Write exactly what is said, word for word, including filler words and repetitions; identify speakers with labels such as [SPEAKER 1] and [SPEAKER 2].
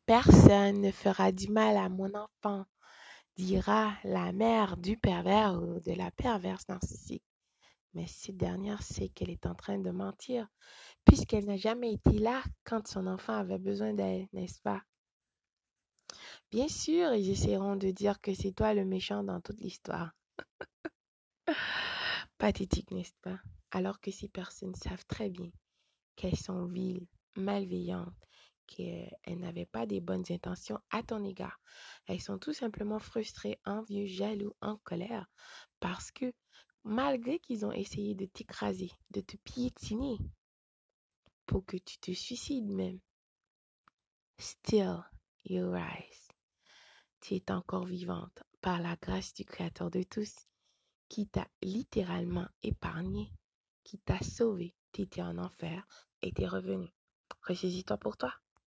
[SPEAKER 1] Personne ne fera du mal à mon enfant, dira la mère du pervers ou de la perverse narcissique. Mais cette dernière sait qu'elle est en train de mentir, puisqu'elle n'a jamais été là quand son enfant avait besoin d'elle, n'est-ce pas? Bien sûr, ils essaieront de dire que c'est toi le méchant dans toute l'histoire. Pathétique, n'est-ce pas? Alors que ces personnes savent très bien qu'elles sont viles, malveillantes, qu'elles n'avaient pas des bonnes intentions à ton égard. Elles sont tout simplement frustrées, envieuses, jaloux, en colère, parce que malgré qu'ils ont essayé de t'écraser, de te piétiner, pour que tu te suicides même, still you rise. Tu es encore vivante par la grâce du Créateur de tous, qui t'a littéralement épargné, qui t'a sauvé. Tu étais en enfer et t'es revenu. Ressaisis-toi pour toi.